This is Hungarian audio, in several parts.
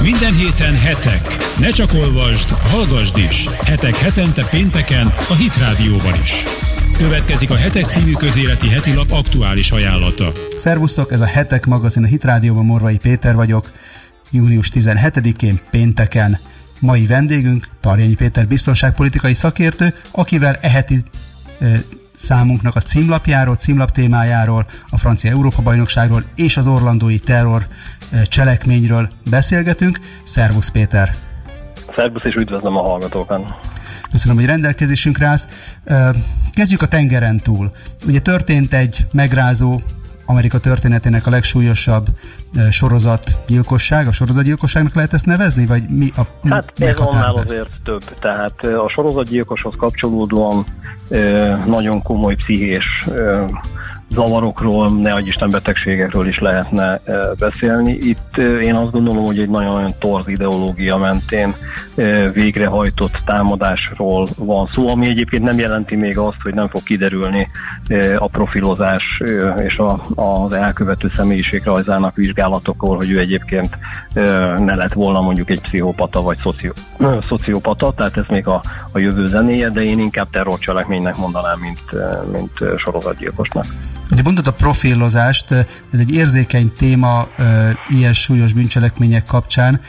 Minden héten hetek. Ne csak olvasd, hallgasd is. Hetek hetente pénteken a Hit Rádióban is. Következik a Hetek című közéleti hetilap aktuális ajánlata. Szervusztok, ez a Hetek magazin a Hit Rádióban, Morvai Péter vagyok. Június 17-én pénteken. Mai vendégünk Tarjányi Péter biztonságpolitikai szakértő, akivel heti számunknak a címlap témájáról, a francia Európa-bajnokságról és az orlandói terror cselekményről beszélgetünk. Szervusz Péter! Szervusz, és üdvözlöm a hallgatókat! Köszönöm, hogy rendelkezésünkre állsz. Kezdjük a tengeren túl. Ugye történt egy megrázó, Amerika történetének a legsúlyosabb sorozatgyilkosság. A sorozatgyilkosságnak lehet ezt nevezni? Vagy mi a Hát ez annál azért több. Tehát a sorozatgyilkoshoz kapcsolódóan nagyon komoly pszichés zavarokról, ne adj Isten betegségekről is lehetne beszélni. Itt én azt gondolom, hogy egy nagyon torz ideológia mentén végrehajtott támadásról van szó, ami egyébként nem jelenti még azt, hogy nem fog kiderülni a profilozás és az elkövető személyiségrajzának vizsgálatokor, hogy ő egyébként ne lett volna mondjuk egy pszichopata vagy szociopata, tehát ez még a jövő zenéje, de én inkább terrorcselekménynek mondanám, mint sorozatgyilkosnak. Ugye mondod a profilozást, ez egy érzékeny téma ilyen súlyos bűncselekmények kapcsán.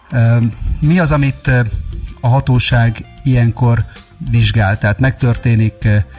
Mi az, amit a hatóság ilyenkor vizsgál? Tehát megtörténik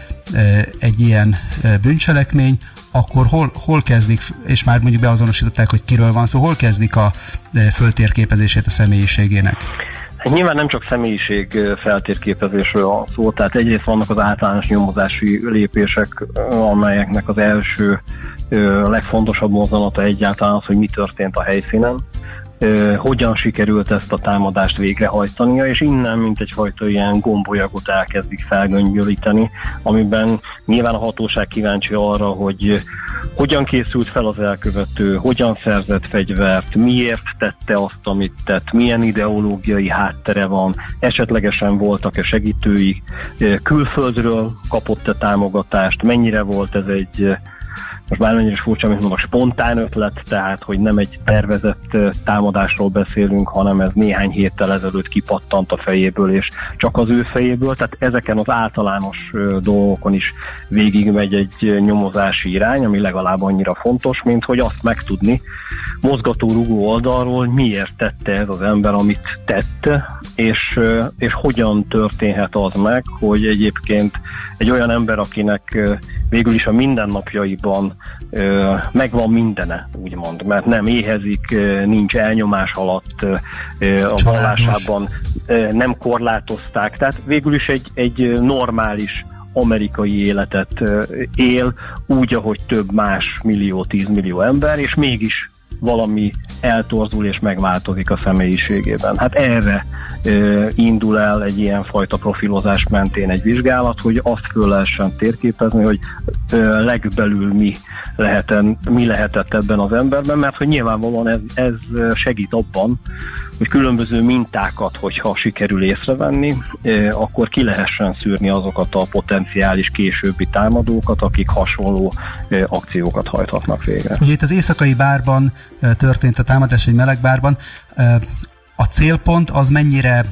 egy ilyen bűncselekmény, akkor hol kezdik, és már mondjuk beazonosították, hogy kiről van szó, hol kezdik a föltérképezését a személyiségének? Nyilván nem csak személyiség feltérképezésről van szó, tehát egyrészt vannak az általános nyomozási lépések, amelyeknek az első legfontosabb mozzanata egyáltalán az, hogy mi történt a helyszínen, hogyan sikerült ezt a támadást végrehajtania, és innen mint egyfajta ilyen gombolyagot elkezdik felgöngyölíteni, amiben nyilván a hatóság kíváncsi arra, hogy hogyan készült fel az elkövető, hogyan szerzett fegyvert, miért tette azt, amit tett, milyen ideológiai háttere van, esetlegesen voltak-e segítői, külföldről kapott-e támogatást, mennyire volt ez egy, most bármennyire is furcsa, mint mondom, a spontán ötlet, tehát hogy nem egy tervezett támadásról beszélünk, hanem ez néhány héttel ezelőtt kipattant a fejéből, és csak az ő fejéből, tehát ezeken az általános dolgokon is végigmegy egy nyomozási irány, ami legalább annyira fontos, mint hogy azt megtudni mozgatórugó oldalról, hogy miért tette ez az ember, amit tett, és hogyan történhet az meg, hogy egyébként egy olyan ember, akinek végül is a mindennapjaiban megvan mindene, úgymond, mert nem éhezik, nincs elnyomás alatt, a vallásában nem korlátozták, tehát végül is egy normális amerikai életet él, úgy, ahogy több más millió, 10 millió ember, és mégis valami eltorzul és megváltozik a személyiségében. Hát erre indul el egy ilyen fajta profilozás mentén egy vizsgálat, hogy azt föl lehessen térképezni, hogy legbelül mi lehetett ebben az emberben, mert hogy nyilvánvalóan ez segít abban, hogy különböző mintákat, hogyha sikerül észrevenni, akkor ki lehessen szűrni azokat a potenciális későbbi támadókat, akik hasonló akciókat hajthatnak végre. Ugye itt az éjszakai bárban történt a támadás, egy meleg bárban. A célpont az mennyire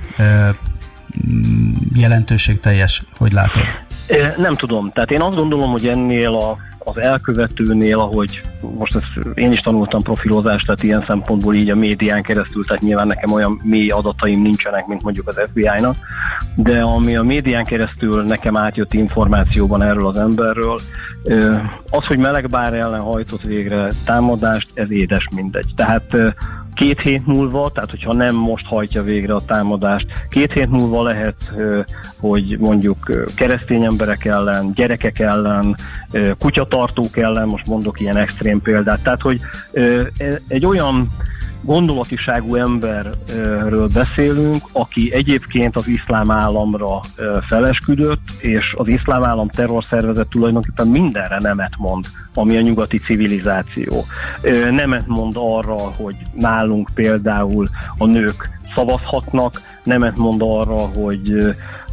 jelentőségteljes, hogy látod? Nem tudom. Tehát én azt gondolom, hogy ennél az elkövetőnél, ahogy most én is tanultam profilozást, tehát ilyen szempontból így a médián keresztül, tehát nyilván nekem olyan mély adataim nincsenek, mint mondjuk az FBI-nak, de ami a médián keresztül nekem átjött információban erről az emberről, az, hogy melegbár ellen hajtott végre támadást, ez édes mindegy. Tehát 2 hét múlva, tehát hogyha nem most hajtja végre a támadást, 2 hét múlva lehet, hogy mondjuk keresztény emberek ellen, gyerekek ellen, kutyatartók ellen, most mondok ilyen extrém példát, tehát hogy egy olyan gondolatiságú emberről beszélünk, aki egyébként az iszlám államra felesküdött, és az iszlám állam terrorszervezet tulajdonképpen mindenre nemet mond, ami a nyugati civilizáció. Nemet mond arra, hogy nálunk például a nők szavazhatnak, nemet mond arra, hogy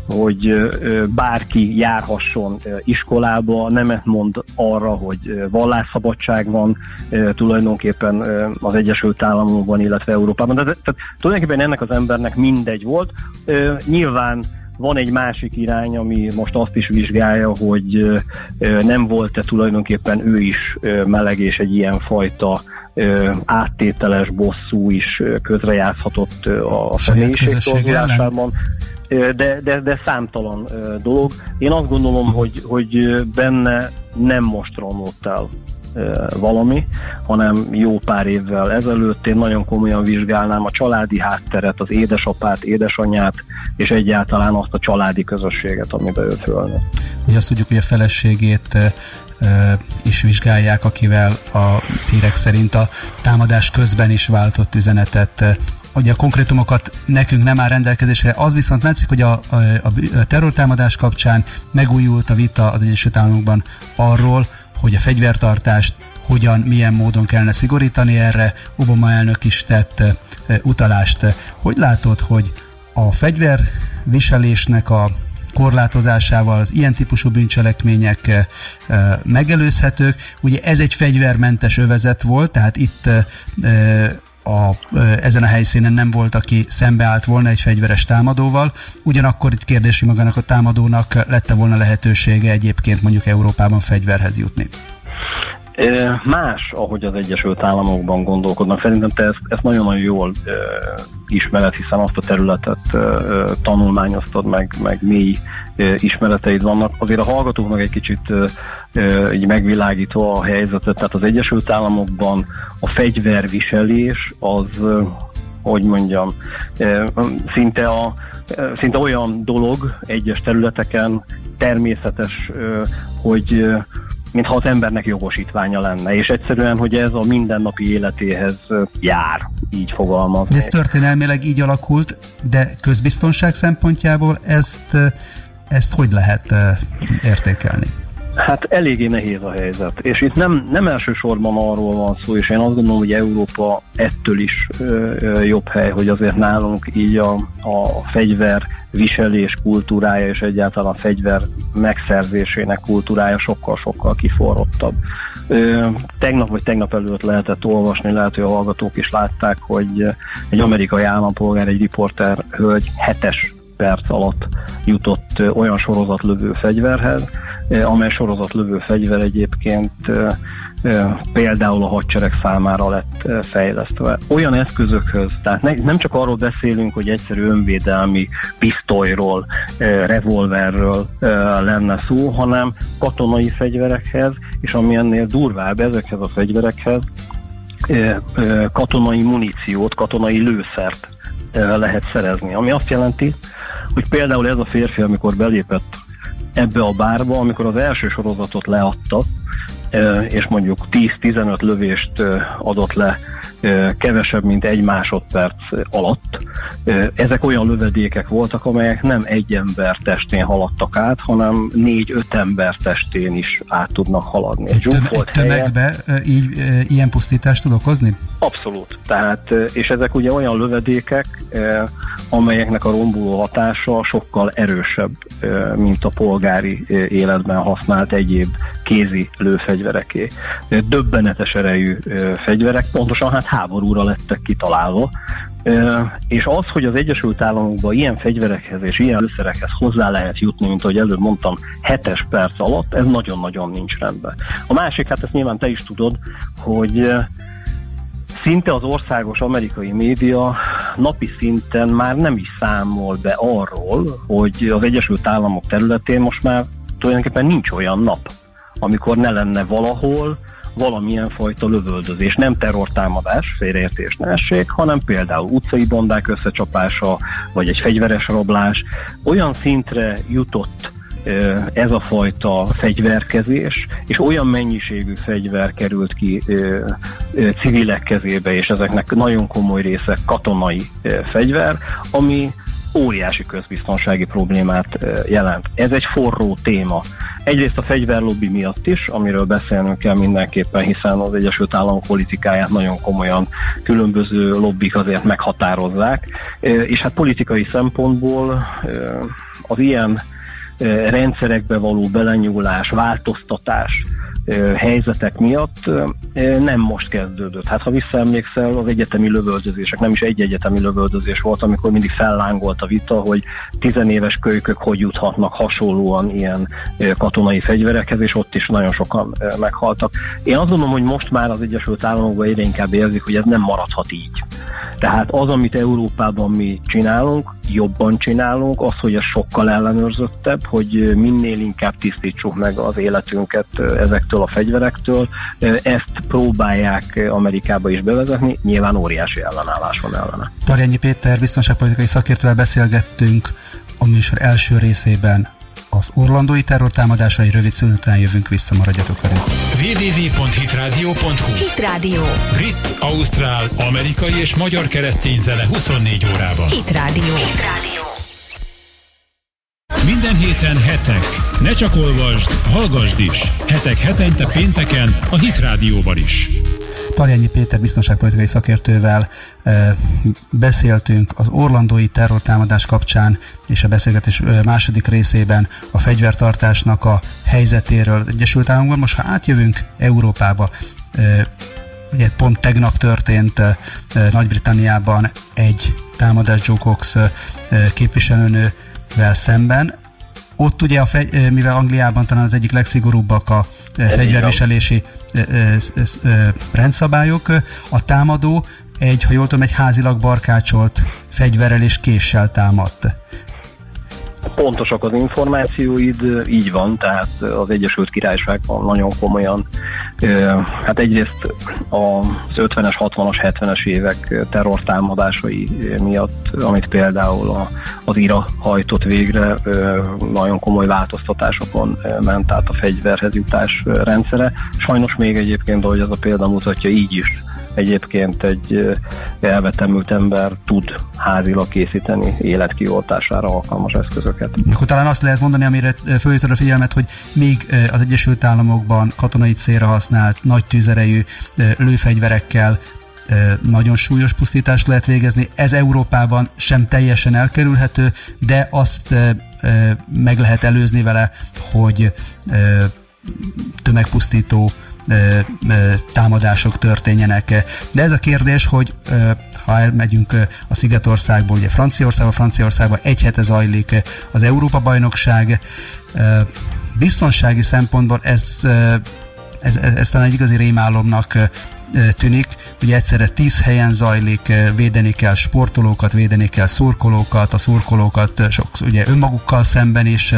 hogy bárki járhasson iskolába, nemet mond arra, hogy vallásszabadság van tulajdonképpen az Egyesült Államokban, illetve Európában. Tehát tulajdonképpen ennek az embernek mindegy volt. Nyilván van egy másik irány, ami most azt is vizsgálja, hogy nem volt-e tulajdonképpen ő is meleg, és egy ilyen fajta áttételes bosszú is közrejátszhatott a személyiség torzulásában. De számtalan dolog. Én azt gondolom, hogy benne nem most romlott el valami, hanem jó pár évvel ezelőtt én nagyon komolyan vizsgálnám a családi hátteret, az édesapát, édesanyját, és egyáltalán azt a családi közösséget, amiben ő fölnőtt. Ugye azt tudjuk, hogy a feleségét is vizsgálják, akivel a hírek szerint a támadás közben is váltott üzenetet. Ugye a konkrétumokat nekünk nem áll rendelkezésre, az viszont látszik, hogy a terrortámadás kapcsán megújult a vita az Egyesült Államokban arról, hogy a fegyvertartást hogyan, milyen módon kellene szigorítani, erre Obama elnök is tett utalást. Hogy látod, hogy a fegyverviselésnek a korlátozásával az ilyen típusú bűncselekmények megelőzhetők? Ugye ez egy fegyvermentes övezet volt, tehát itt ezen a helyszínen nem volt, aki szembeállt volna egy fegyveres támadóval. Ugyanakkor egy kérdés, hogy magának a támadónak lette volna lehetősége egyébként mondjuk Európában fegyverhez jutni. Más, ahogy az Egyesült Államokban gondolkodnak. Szerintem te ezt nagyon-nagyon jól ismered, hiszen azt a területet tanulmányoztad, meg mély ismereteid vannak. Azért a hallgatóknak egy kicsit így megvilágítva a helyzetet, tehát az Egyesült Államokban a fegyverviselés az, hogy mondjam, szinte olyan dolog egyes területeken természetes, hogy mintha az embernek jogosítványa lenne, és egyszerűen, hogy ez a mindennapi életéhez jár, így fogalmazni. Ez történelmileg így alakult, de közbiztonság szempontjából ezt hogy lehet értékelni? Hát eléggé nehéz a helyzet, és itt nem elsősorban arról van szó, és én azt gondolom, hogy Európa ettől is jobb hely, hogy azért nálunk így a fegyverviselés kultúrája és egyáltalán a fegyver megszerzésének kultúrája sokkal-sokkal kiforrottabb. Tegnap előtt lehetett olvasni, lehet, hogy a hallgatók is látták, hogy egy amerikai állampolgár, egy riporter hölgy 7 perc alatt jutott olyan sorozatlövő fegyverhez, amely sorozatlövő fegyver egyébként például a hadsereg számára lett fejlesztve. Olyan eszközökhöz, tehát nem csak arról beszélünk, hogy egyszerű önvédelmi pisztolyról, revolverről lenne szó, hanem katonai fegyverekhez, és ami ennél durvább, ezekhez a fegyverekhez katonai muníciót, katonai lőszert lehet szerezni. Ami azt jelenti, hogy például ez a férfi, amikor belépett ebbe a bárba, amikor az első sorozatot leadta, és mondjuk 10-15 lövést adott le kevesebb, mint 1 másodperc alatt. Ezek olyan lövedékek voltak, amelyek nem egy ember testén haladtak át, hanem 4-5 ember testén is át tudnak haladni. Egy tömegbe ilyen pusztítást tud okozni? Abszolút. Tehát, és ezek ugye olyan lövedékek, amelyeknek a romboló hatása sokkal erősebb, mint a polgári életben használt egyéb kézi lőfegyvereké. Döbbenetes erejű fegyverek, pontosan hát háborúra lettek kitalálva, és az, hogy az Egyesült Államokban ilyen fegyverekhez és ilyen lőszerekhez hozzá lehet jutni, mint ahogy előbb mondtam, 7 perc alatt, ez nagyon-nagyon nincs rendben. A másik, hát ezt nyilván te is tudod, hogy szinte az országos amerikai média napi szinten már nem is számol be arról, hogy az Egyesült Államok területén most már tulajdonképpen nincs olyan nap, amikor ne lenne valahol valamilyen fajta lövöldözés. Nem terrortámadás, félreértés ne essék, hanem például utcai bandák összecsapása, vagy egy fegyveres rablás. Olyan szintre jutott ez a fajta fegyverkezés, és olyan mennyiségű fegyver került ki civilek kezébe, és ezeknek nagyon komoly része katonai fegyver, ami óriási közbiztonsági problémát jelent. Ez egy forró téma. Egyrészt a fegyverlobbi miatt is, amiről beszélnünk kell mindenképpen, hiszen az Egyesült Államok politikáját nagyon komolyan különböző lobbik azért meghatározzák, és hát politikai szempontból az ilyen rendszerekbe való belenyúlás, változtatás helyzetek miatt nem most kezdődött. Hát ha visszaemlékszel, az egyetemi lövöldözések, nem is egy egyetemi lövöldözés volt, amikor mindig fellángolt a vita, hogy 10 éves kölykök hogy juthatnak hasonlóan ilyen katonai fegyverekhez, és ott is nagyon sokan meghaltak. Én azt gondolom, hogy most már az Egyesült Államokban egyre inkább érzik, hogy ez nem maradhat így. Tehát az, amit Európában mi csinálunk, jobban csinálunk, az, hogy ez sokkal ellenőrzöttebb, hogy minél inkább tisztítsuk meg az életünket ezektől a fegyverektől. Ezt próbálják Amerikába is bevezetni, nyilván óriási ellenállás van ellene. Tarjányi Péter biztonságpolitikai szakértővel beszélgettünk a műsor első részében az orlandói terrortámadásra, egy rövid szünet után jövünk vissza, maradjatok velünk. www.hitradio.hu Hit Radio. Brit, ausztrál, amerikai és magyar keresztény zene 24 órában. Hit Radio. Minden héten hetek. Ne csak olvasd, hallgasd is. Hetek hetente pénteken a Hit Rádióban is. Tarjányi Péter biztonságpolitikai szakértővel beszéltünk az orlandói terrortámadás kapcsán, és a beszélgetés második részében a fegyvertartásnak a helyzetéről az Egyesült Államokban. Most ha átjövünk Európába, ugye pont tegnap történt Nagy-Britanniában egy támadás Joe Cox képviselőnővel szemben. Ott ugye, mivel Angliában talán az egyik legszigorúbbak a fegyverviselési rendszabályok, a támadó ha jól tudom, egy házilag barkácsolt fegyverrel és késsel támadt. Pontosak az információid, így van, tehát az Egyesült Királyságban nagyon komolyan, hát egyrészt az 50-es, 60-as, 70-es évek terrortámadásai miatt, amit például az IRA hajtott végre, nagyon komoly változtatásokon ment át a fegyverhez jutás rendszere. Sajnos még egyébként, ahogy ez a példa mutatja, így is egyébként egy elvetemült ember tud házilag készíteni életkioltására alkalmas eszközöket. Akkor talán azt lehet mondani, amire fölhívtad a figyelmet, hogy még az Egyesült Államokban katonai célra használt, nagy tűzerejű lőfegyverekkel nagyon súlyos pusztítást lehet végezni. Ez Európában sem teljesen elkerülhető, de azt meg lehet előzni vele, hogy tömegpusztító támadások történjenek. De ez a kérdés, hogy ha elmegyünk a Szigetországból, ugye Franciaországban egy hete zajlik az Európa-bajnokság. Biztonsági szempontból ez talán egy igazi rémálomnak tűnik, ugye egyszerre 10 helyen zajlik, védeni kell sportolókat, védeni kell szurkolókat, a szurkolókat ugye önmagukkal szemben is.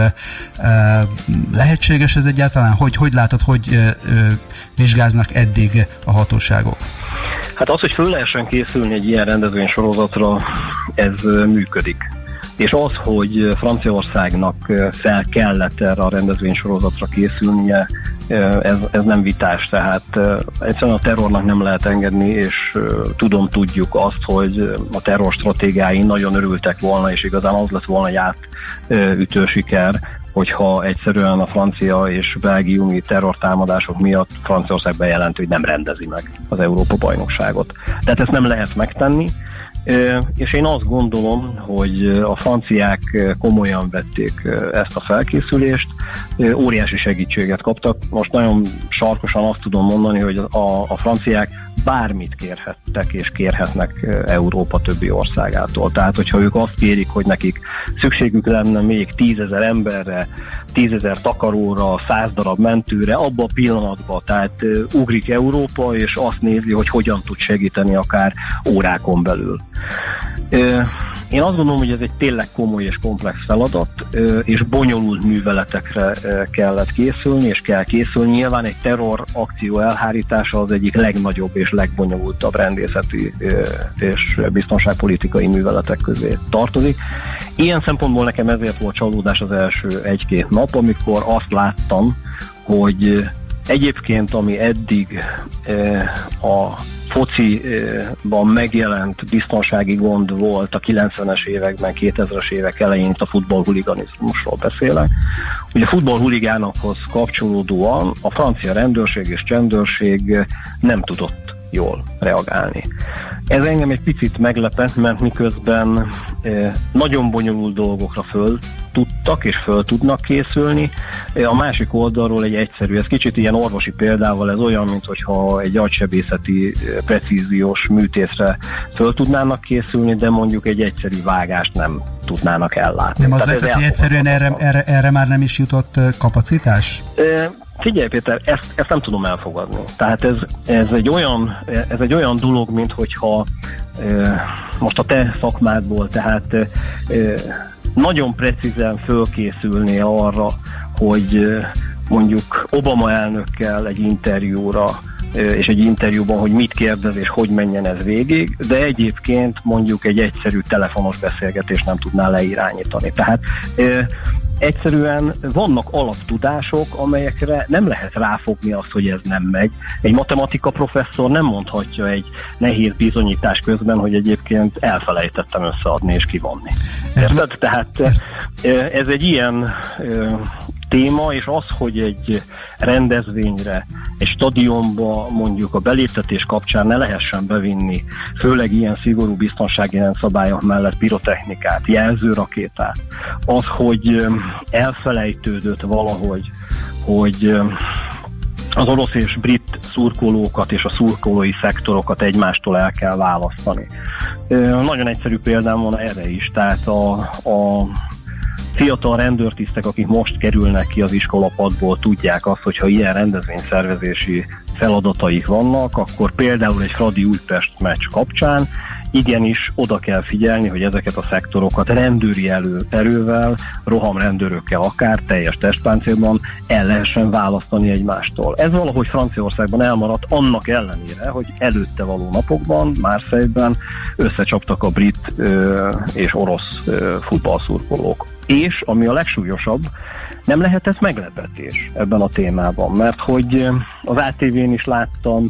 Lehetséges ez egyáltalán? Hogy látod, hogy vizsgáznak eddig a hatóságok? Hát az, hogy föl lehessen készülni egy ilyen rendezvénysorozatra, ez működik. És az, hogy Franciaországnak fel kellett erre a rendezvénysorozatra készülnie, ez nem vitás, tehát egyszerűen a terrornak nem lehet engedni, és tudjuk azt, hogy a terror stratégiái nagyon örültek volna, és igazán az lett volna egy átütő siker, hogyha egyszerűen a francia és belgiumi terrortámadások miatt Franciaország bejelenti, hogy nem rendezi meg az Európa-bajnokságot. Tehát ezt nem lehet megtenni, és én azt gondolom, hogy a franciák komolyan vették ezt a felkészülést, óriási segítséget kaptak. Most nagyon sarkosan azt tudom mondani, hogy a franciák bármit kérhettek és kérhetnek Európa többi országától. Tehát, hogyha ők azt kérik, hogy nekik szükségük lenne még 10 000 emberre, 10 000 takaróra, 100 darab mentőre, abban a pillanatban, tehát ugrik Európa, és azt nézi, hogy hogyan tud segíteni akár órákon belül. Én azt gondolom, hogy ez egy tényleg komoly és komplex feladat, és bonyolult műveletekre kellett készülni, és kell készülni. Nyilván egy terrorakció elhárítása az egyik legnagyobb és legbonyolultabb rendészeti és biztonságpolitikai műveletek közé tartozik. Ilyen szempontból nekem ezért volt csalódás az első 1-2 nap, amikor azt láttam, hogy egyébként ami eddig a fociban megjelent biztonsági gond volt a 90-es években, 2000-es évek elején, itt a futballhuliganizmusról beszélek. Ugye a futballhuligánokhoz kapcsolódóan a francia rendőrség és csendőrség nem tudott jól reagálni. Ez engem egy picit meglepett, mert miközben nagyon bonyolult dolgokra tudtak és föl tudnak készülni. A másik oldalról egy egyszerű, ez kicsit ilyen orvosi példával, ez olyan, mintha egy agysebészeti precíziós műtétre föl tudnának készülni, de mondjuk egy egyszerű vágást nem tudnának ellátni. Nem az lehet, hogy egyszerűen erre már nem is jutott kapacitás? Figyelj Péter, ezt nem tudom elfogadni. Tehát ez egy olyan dolog, mint hogyha most a te szakmádból, tehát nagyon precízen fölkészülné arra, hogy mondjuk Obama elnökkel egy interjúra, és egy interjúban, hogy mit kérdez és hogy menjen ez végig, de egyébként mondjuk egy egyszerű telefonos beszélgetést nem tudná leirányítani. Tehát egyszerűen vannak alaptudások, amelyekre nem lehet ráfogni azt, hogy ez nem megy. Egy matematika professzor nem mondhatja egy nehéz bizonyítás közben, hogy egyébként elfelejtettem összeadni és kivonni. Érted? Tehát ez egy ilyen téma, és az, hogy egy rendezvényre, egy stadionba mondjuk a beléptetés kapcsán ne lehessen bevinni, főleg ilyen szigorú biztonsági rendszabályok mellett pirotechnikát, jelzőrakétát, az, hogy elfelejtődött valahogy, hogy az orosz és brit szurkolókat és a szurkolói szektorokat egymástól el kell választani. Nagyon egyszerű példám van erre is, tehát a fiatal rendőrtisztek, akik most kerülnek ki az iskolapadból, tudják azt, hogyha ilyen rendezvényszervezési feladataik vannak, akkor például egy Fradi Újpest meccs kapcsán igenis oda kell figyelni, hogy ezeket a szektorokat rendőri erővel, rohamrendőrökkel akár teljes testpáncélban el lehessen választani egymástól. Ez valahogy Franciaországban elmaradt annak ellenére, hogy előtte való napokban, Marseille-ben összecsaptak a brit és orosz futballszurkolók. És, ami a legsúlyosabb, nem lehetett meglepetés ebben a témában, mert hogy az ATV-n is láttam,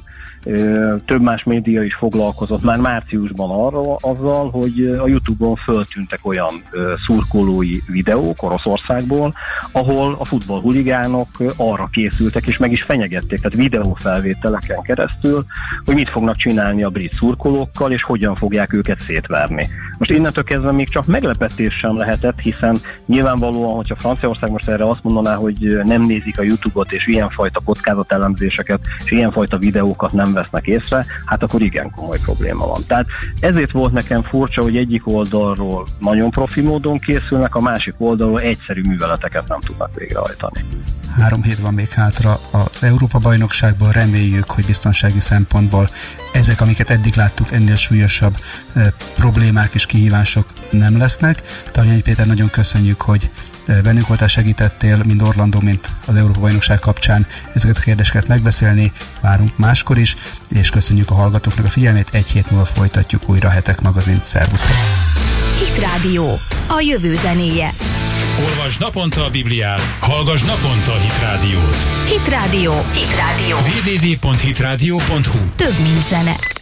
több más média is foglalkozott már márciusban azzal, hogy a YouTube-on föltűntek olyan szurkolói videók Oroszországból, ahol a futballhuligánok arra készültek, és meg is fenyegették, tehát videófelvételeken keresztül, hogy mit fognak csinálni a brit szurkolókkal, és hogyan fogják őket szétverni. Most innentől kezdve még csak meglepetés sem lehetett, hiszen nyilvánvalóan, hogyha Franciaország most erre azt mondaná, hogy nem nézik a YouTube-ot, és ilyenfajta kockázatelemzéseket, és ilyenfajta videókat nem vesznek észre, hát akkor igen komoly probléma van. Tehát ezért volt nekem furcsa, hogy egyik oldalról nagyon profi módon készülnek, a másik oldalról egyszerű műveleteket nem tudnak végrehajtani. 3 hét van még hátra az Európa-bajnokságból, reméljük, hogy biztonsági szempontból ezek, amiket eddig láttuk, ennél súlyosabb problémák és kihívások nem lesznek. Taljányi Péter, nagyon köszönjük, hogy bennünk voltál, segítettél, mind Orlandó, mint az Európa-bajnokság kapcsán ezeket a kérdéseket megbeszélni. Várunk máskor is, és köszönjük a hallgatóknak a figyelmét. 1 hét múlva folytatjuk újra Hetek magazint. Szervusztok! Hit Rádió, a jövő zenéje. Olvasd naponta a Bibliát, hallgass naponta a Hit Rádiót. Hit Rádió. Hit Rádió. www.hitradio.hu. Több mint zene.